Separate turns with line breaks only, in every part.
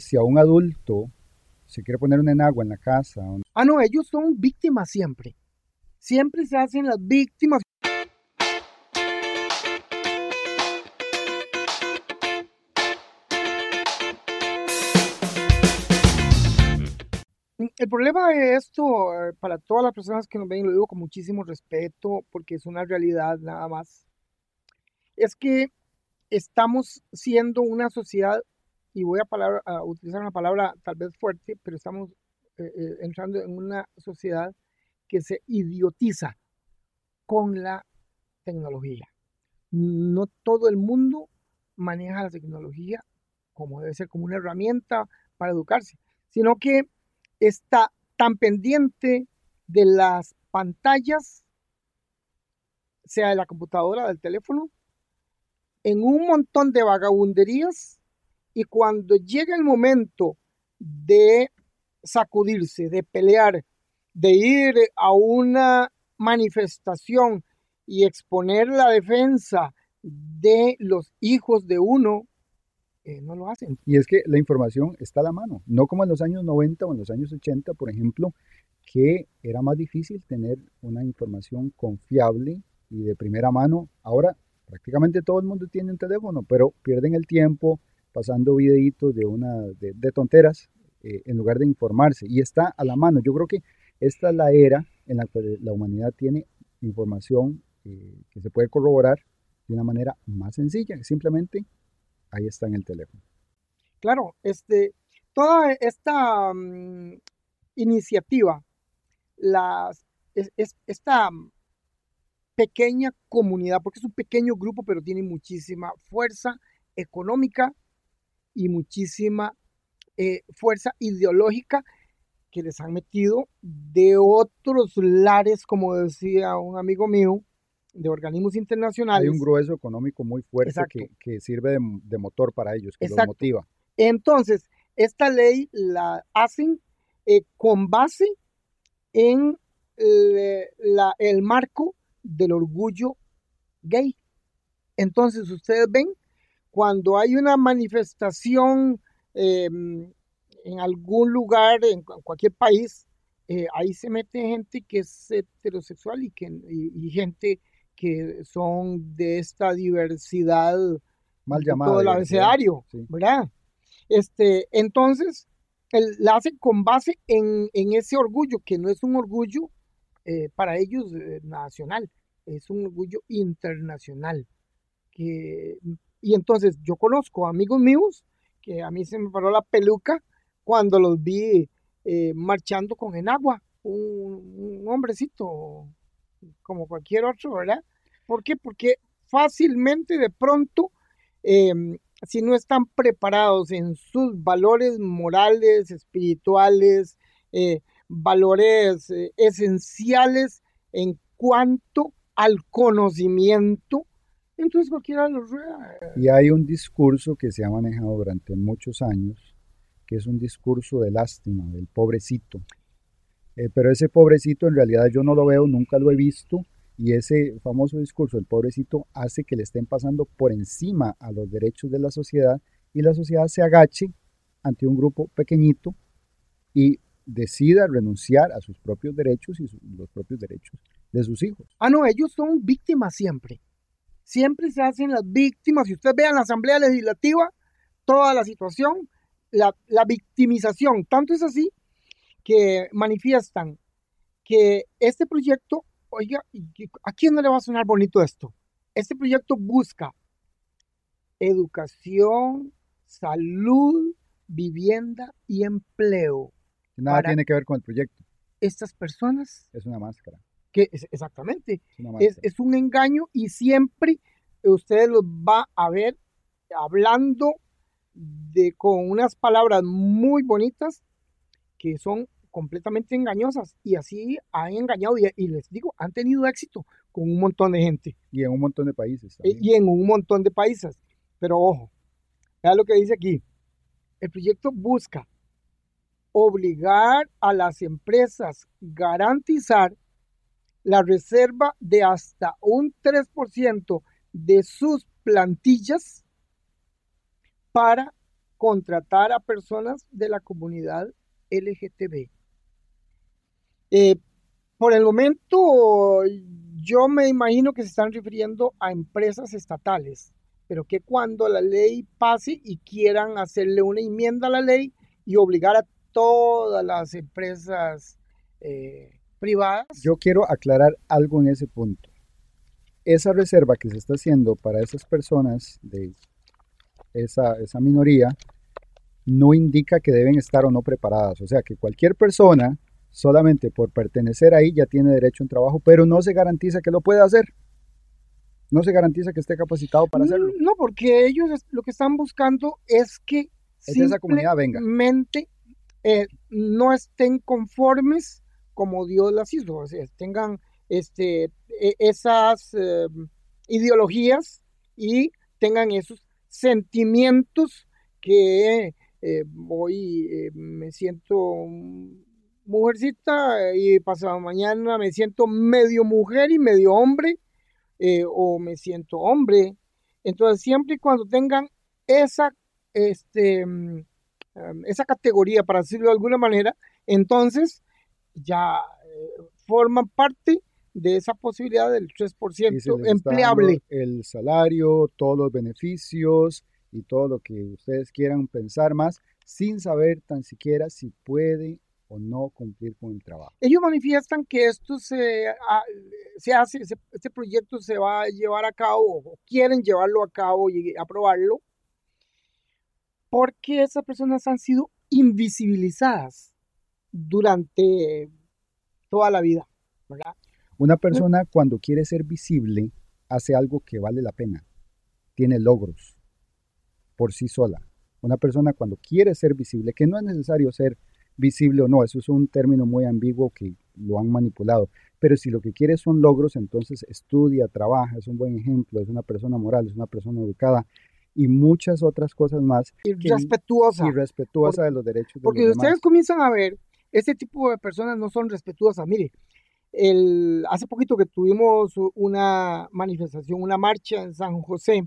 Si a un adulto se quiere poner una enagua en la casa.
No, ellos son víctimas siempre. Siempre se hacen las víctimas. El problema de esto, para todas las personas que nos ven, lo digo con muchísimo respeto, porque es una realidad nada más, es que estamos siendo una sociedad, y voy a utilizar una palabra tal vez fuerte, pero estamos entrando en una sociedad que se idiotiza con la tecnología. No todo el mundo maneja la tecnología como debe ser, como una herramienta para educarse, sino que está tan pendiente de las pantallas, sea de la computadora, del teléfono, en un montón de vagabunderías, y cuando llega el momento de sacudirse, de pelear, de ir a una manifestación y exponer la defensa de los hijos de uno, no lo hacen.
Y es que la información está a la mano, no como en los años 90 o en los años 80, por ejemplo, que era más difícil tener una información confiable y de primera mano. Ahora prácticamente todo el mundo tiene un teléfono, pero pierden el tiempo pasando videitos de tonteras en lugar de informarse. Y está a la mano. Yo creo que esta es la era en la que la humanidad tiene información que se puede corroborar de una manera más sencilla. Simplemente ahí está en el teléfono.
Claro, toda esta iniciativa, esta pequeña comunidad, porque es un pequeño grupo, pero tiene muchísima fuerza económica y muchísima fuerza ideológica, que les han metido de otros lares, como decía un amigo mío, de organismos internacionales.
Hay un grueso económico muy fuerte que sirve de motor para ellos, que los motiva.
Entonces, esta ley la hacen con base en el marco del orgullo gay. Entonces, ustedes ven, cuando hay una manifestación en algún lugar, en cualquier país, ahí se mete gente que es heterosexual y gente que son de esta diversidad,
mal llamada
todo el abecedario, sí, ¿verdad? Entonces, la hacen con base en ese orgullo, que no es un orgullo para ellos nacional, es un orgullo internacional. Y entonces yo conozco amigos míos que a mí se me paró la peluca cuando los vi marchando con enagua, un hombrecito como cualquier otro, ¿verdad? ¿Por qué? Porque fácilmente de pronto, si no están preparados en sus valores morales, espirituales, valores esenciales en cuanto al conocimiento, entonces cualquiera los rueda.
Y hay un discurso que se ha manejado durante muchos años, que es un discurso de lástima, del pobrecito. Pero ese pobrecito en realidad yo no lo veo, nunca lo he visto, y ese famoso discurso del pobrecito hace que le estén pasando por encima a los derechos de la sociedad, y la sociedad se agache ante un grupo pequeñito y decida renunciar a sus propios derechos y los propios derechos de sus hijos.
No, ellos son víctimas siempre. Siempre se hacen las víctimas. Si usted ve en la Asamblea Legislativa, toda la situación, la victimización, tanto es así que manifiestan que este proyecto, oiga, ¿a quién no le va a sonar bonito esto? Este proyecto busca educación, salud, vivienda y empleo.
Nada tiene que ver con el proyecto.
Estas personas.
Es una máscara.
Exactamente. Es un engaño, y siempre usted los va a ver hablando con unas palabras muy bonitas que son completamente engañosas, y así han engañado y les digo, han tenido éxito con un montón de gente.
Y en un montón de países también.
Y en un montón de países. Pero ojo, vea lo que dice aquí. El proyecto busca obligar a las empresas garantizar la reserva de hasta un 3% de sus plantillas para contratar a personas de la comunidad LGTB. Por el momento, yo me imagino que se están refiriendo a empresas estatales, pero que cuando la ley pase y quieran hacerle una enmienda a la ley y obligar a todas las empresas privadas.
Yo quiero aclarar algo en ese punto. Esa reserva que se está haciendo para esas personas de esa minoría no indica que deben estar o no preparadas. O sea, que cualquier persona, solamente por pertenecer ahí, ya tiene derecho a un trabajo, pero no se garantiza que lo pueda hacer. No se garantiza que esté capacitado para hacerlo.
No, porque ellos lo que están buscando es que
Es de esa comunidad, venga.
simplemente no estén conformes como Dios las hizo, o sea, tengan esas ideologías y tengan esos sentimientos que hoy me siento mujercita y pasado mañana me siento medio mujer y medio hombre, o me siento hombre. Entonces, siempre y cuando tengan esa, esa categoría, para decirlo de alguna manera, entonces ya forman parte de esa posibilidad del 3%
Y se les
empleable.
está dando el salario, todos los beneficios y todo lo que ustedes quieran pensar más, sin saber tan siquiera si puede o no cumplir con el trabajo.
Ellos manifiestan que esto se hace, este proyecto se va a llevar a cabo, o quieren llevarlo a cabo y aprobarlo, porque esas personas han sido invisibilizadas durante toda la vida, ¿verdad?
Una persona cuando quiere ser visible hace algo que vale la pena, tiene logros por sí sola. Una persona cuando quiere ser visible, que no es necesario ser visible o no, eso es un término muy ambiguo que lo han manipulado, pero si lo que quiere son logros, entonces estudia, trabaja, es un buen ejemplo, es una persona moral, es una persona educada y muchas otras cosas más
y respetuosa.
y respetuosa de los derechos de
porque
los
ustedes
demás.
comienzan a ver, este tipo de personas no son respetuosas. Mire, hace poquito que tuvimos una manifestación, una marcha en San José,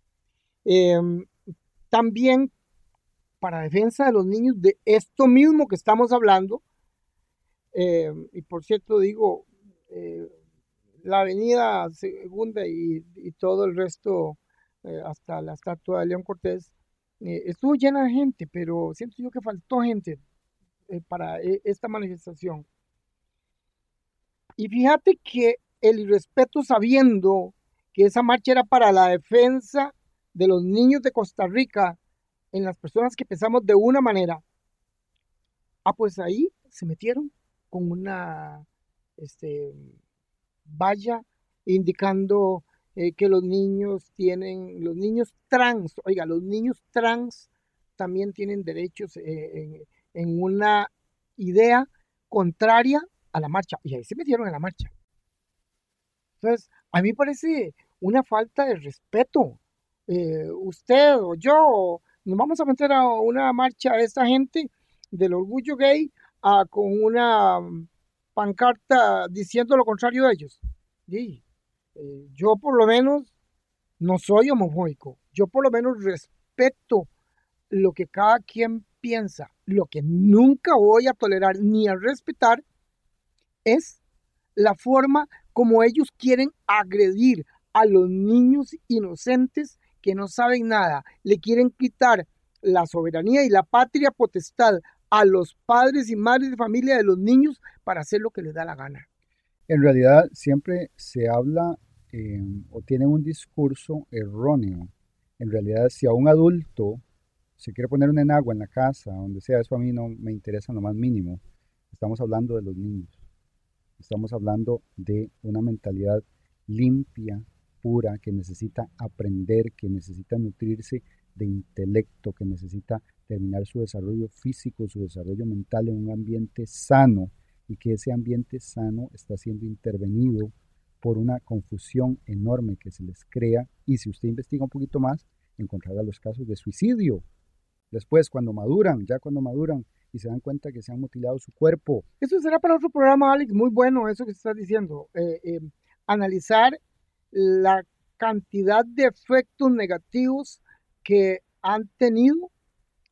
también para defensa de los niños, de esto mismo que estamos hablando. Y por cierto, digo, la avenida Segunda y todo el resto, hasta la estatua de León Cortés, estuvo llena de gente, pero siento yo que faltó gente para esta manifestación. Y fíjate que el irrespeto, sabiendo que esa marcha era para la defensa de los niños de Costa Rica, en las personas que pensamos de una manera, pues ahí se metieron con una valla indicando que los niños trans, oiga, los niños trans también tienen derechos en una idea contraria a la marcha. Y ahí se metieron en la marcha. Entonces, a mí me parece una falta de respeto. Usted o yo nos vamos a meter a una marcha de esta gente del orgullo gay con una pancarta diciendo lo contrario de ellos. Sí, yo por lo menos no soy homofóbico. Yo por lo menos respeto lo que cada quien piensa. Lo que nunca voy a tolerar ni a respetar es la forma como ellos quieren agredir a los niños inocentes que no saben nada. Le quieren quitar la soberanía y la patria potestad a los padres y madres de familia de los niños para hacer lo que les da la gana.
En realidad siempre se habla o tiene un discurso erróneo. En realidad, si a un adulto se quiere poner un enagua en la casa, donde sea, eso a mí no me interesa en lo más mínimo. Estamos hablando de los niños. Estamos hablando de una mentalidad limpia, pura, que necesita aprender, que necesita nutrirse de intelecto, que necesita terminar su desarrollo físico, su desarrollo mental en un ambiente sano y que ese ambiente sano está siendo intervenido por una confusión enorme que se les crea y si usted investiga un poquito más, encontrará los casos de suicidio. Después, cuando maduran y se dan cuenta que se han mutilado su cuerpo.
Eso será para otro programa, Alex, muy bueno eso que estás diciendo. Analizar la cantidad de efectos negativos que han tenido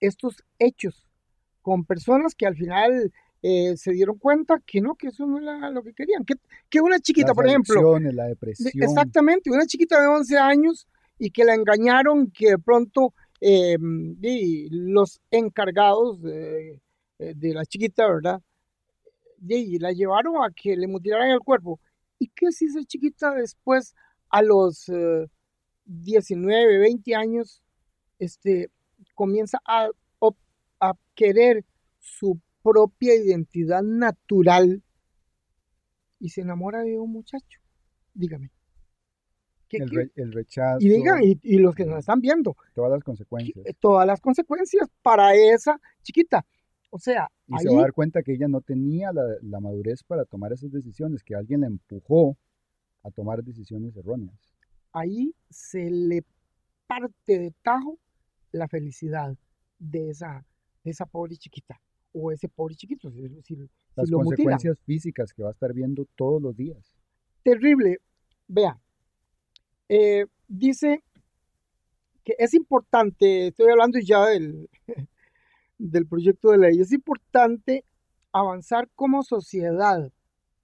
estos hechos con personas que al final se dieron cuenta que no, que eso no era lo que querían. Que una chiquita,
Las
por ejemplo,
adicciones, la depresión.
exactamente, una chiquita de 11 años y que la engañaron, que de pronto y los encargados de la chiquita, ¿verdad? Y la llevaron a que le mutilaran el cuerpo. ¿Y qué si esa chiquita después, a los 19, 20 años, este, comienza a querer su propia identidad natural y se enamora de un muchacho? Dígame.
El
Y digan,
rechazo,
y los que nos están viendo,
todas las consecuencias.
todas las consecuencias para esa chiquita. O sea,
Y se va a
ahí,
dar cuenta que ella no tenía la madurez para tomar esas decisiones, que alguien la empujó a tomar decisiones erróneas.
ahí se le parte de tajo la felicidad de esa pobre chiquita o ese pobre chiquito, si
Las
lo mutilan.
consecuencias físicas que va a estar viendo todos los días.
Terrible. Vea, dice que es importante, estoy hablando ya del proyecto de ley, es importante avanzar como sociedad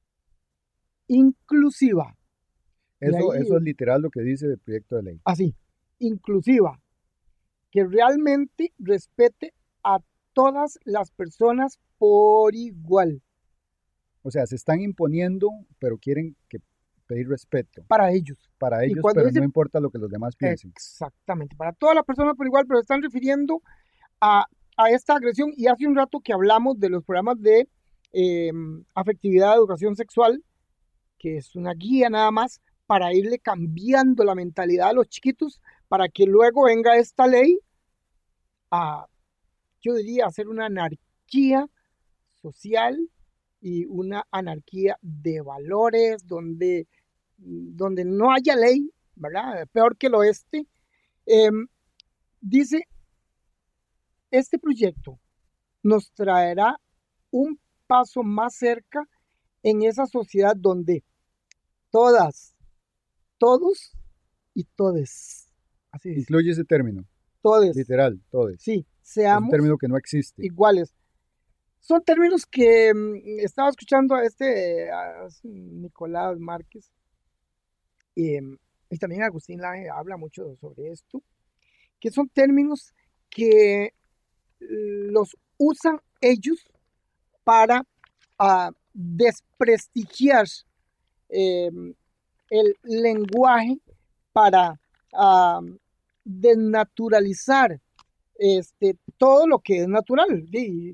inclusiva. Y
Eso es
ahí,
literal lo que dice el proyecto de ley.
así, inclusiva, que realmente respete a todas las personas por igual,
O sea, se están imponiendo, pero quieren que pedir respeto
para ellos.
para
Y
ellos,
cuando
pero
dice
no importa lo que los demás piensen.
exactamente, para todas las personas por igual, pero están refiriendo a, a esta agresión. Y hace un rato que hablamos de los programas de afectividad, educación sexual, que es una guía nada más para irle cambiando la mentalidad a los chiquitos, para que luego venga esta ley a, yo diría, hacer una anarquía social y una anarquía de valores donde no haya ley, ¿verdad? Peor que el oeste. Eh, dice, este proyecto nos traerá un paso más cerca en esa sociedad donde todas, todos y todes, así dice,
Incluye ese término,
todes,
literal, todes.
sí,
Es un
seamos
término que no existe.
iguales. Son términos que estaba escuchando a Nicolás Márquez eh, y también Agustín Lange habla mucho sobre esto, que son términos que los usan ellos para desprestigiar eh, el lenguaje, para uh, desnaturalizar todo lo que es natural. Y,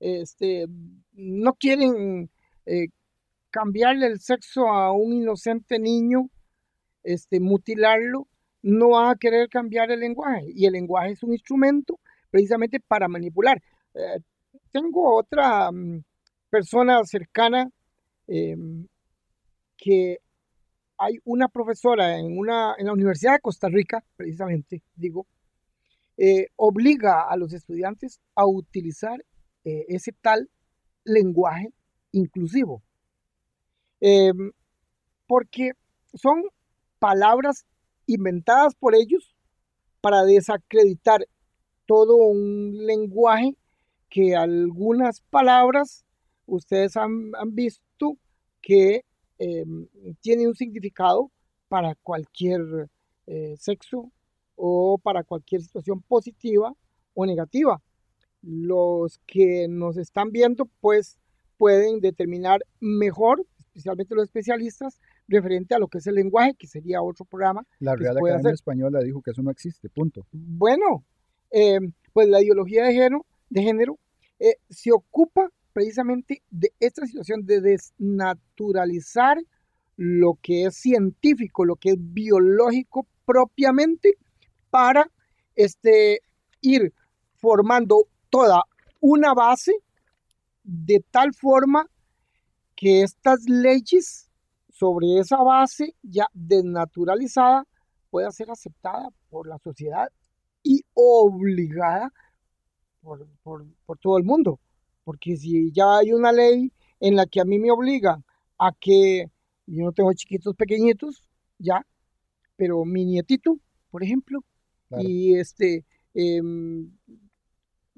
no quieren eh, cambiarle el sexo a un inocente niño, mutilarlo, no van a querer cambiar el lenguaje. Y el lenguaje es un instrumento precisamente para manipular. Eh, tengo otra persona cercana eh, que hay una profesora en la Universidad de Costa Rica, precisamente, digo, obliga a los estudiantes a utilizar ese tal lenguaje inclusivo, eh, porque son palabras inventadas por ellos para desacreditar todo un lenguaje que algunas palabras ustedes han visto que eh, tiene un significado para cualquier sexo o para cualquier situación positiva o negativa. Los que nos están viendo pues pueden determinar mejor, especialmente los especialistas, referente a lo que es el lenguaje, que sería otro programa
La
que se
Real
puede
Academia
hacer.
Española dijo que eso no existe, punto.
Bueno, pues la ideología de género se ocupa precisamente de esta situación de desnaturalizar lo que es científico, lo que es biológico propiamente, para ir formando toda una base de tal forma que estas leyes sobre esa base ya desnaturalizada pueda ser aceptada por la sociedad y obligada por todo el mundo. Porque si ya hay una ley en la que a mí me obliga a que yo no tengo chiquitos pequeñitos, ya, pero mi nietito, por ejemplo,
Claro.
y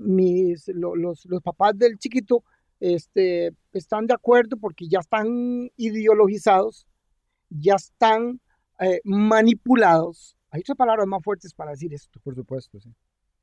los papás del chiquito están de acuerdo porque ya están ideologizados, ya están manipulados. Hay otras palabras más fuertes para decir esto.
Por supuesto, sí.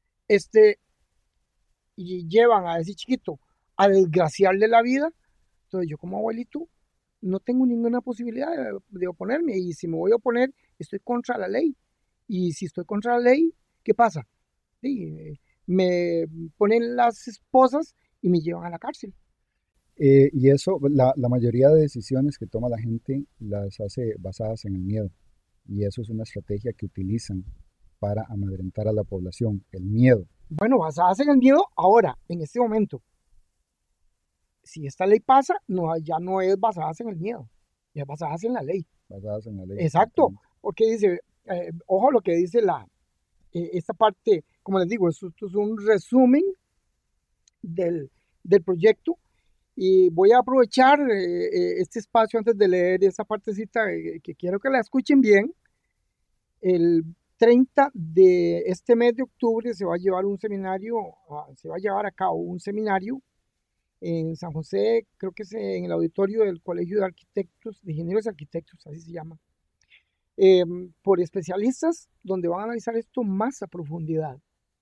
Y llevan a ese chiquito a desgraciarle la vida. Entonces yo como abuelito no tengo ninguna posibilidad de oponerme, y si me voy a oponer estoy contra la ley, y si estoy contra la ley, ¿qué pasa? Sí, me ponen las esposas y me llevan a la cárcel.
Y eso, la mayoría de decisiones que toma la gente las hace basadas en el miedo. Y eso es una estrategia que utilizan para amedrentar a la población, el miedo.
Bueno, basadas en el miedo ahora, en este momento. Si esta ley pasa, no, ya no es basadas en el miedo, ya es basadas en la ley.
Basadas en la ley.
Exacto, porque dice, ojo lo que dice esta parte, como les digo, esto es un resumen del proyecto, y voy a aprovechar este espacio antes de leer esa partecita que quiero que la escuchen bien. El 30 de este mes de octubre se va a llevar un seminario, se va a llevar a cabo un seminario en San José, creo que es en el auditorio del Colegio de Arquitectos, de Ingenieros y Arquitectos, así se llama, por especialistas, donde van a analizar esto más a profundidad.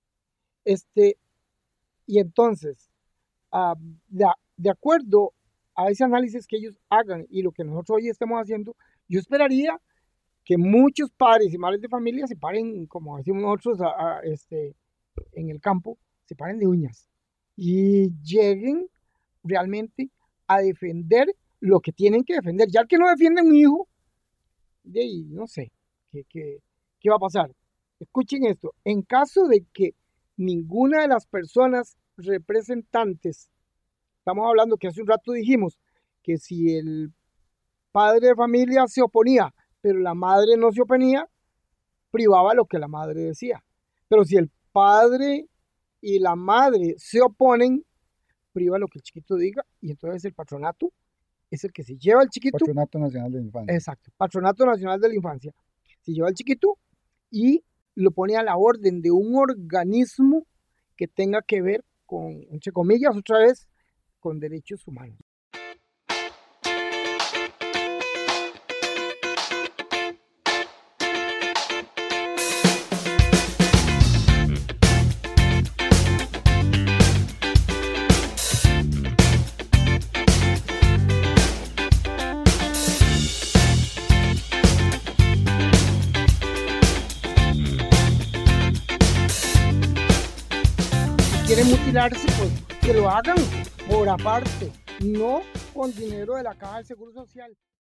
Y entonces, de acuerdo a ese análisis que ellos hagan y lo que nosotros hoy estamos haciendo, yo esperaría que muchos padres y madres de familia se paren, como decimos nosotros en el campo, se paren de uñas y lleguen realmente a defender lo que tienen que defender. Ya el que no defiende a un hijo, de ahí no sé qué va a pasar. Escuchen esto: en caso de que ninguna de las personas representantes, estamos hablando que hace un rato dijimos que si el padre de familia se oponía, pero la madre no se oponía, privaba lo que la madre decía. Pero si el padre y la madre se oponen, priva lo que el chiquito diga, y entonces el patronato es el que se lleva al chiquito.
Patronato Nacional de la Infancia.
Exacto, Patronato Nacional de la Infancia. Se lleva al chiquito y lo pone a la orden de un organismo que tenga que ver con, entre comillas, otra vez, con derechos humanos. Quieren mutilarse, pues que lo hagan por aparte, no con dinero de la Caja del Seguro Social.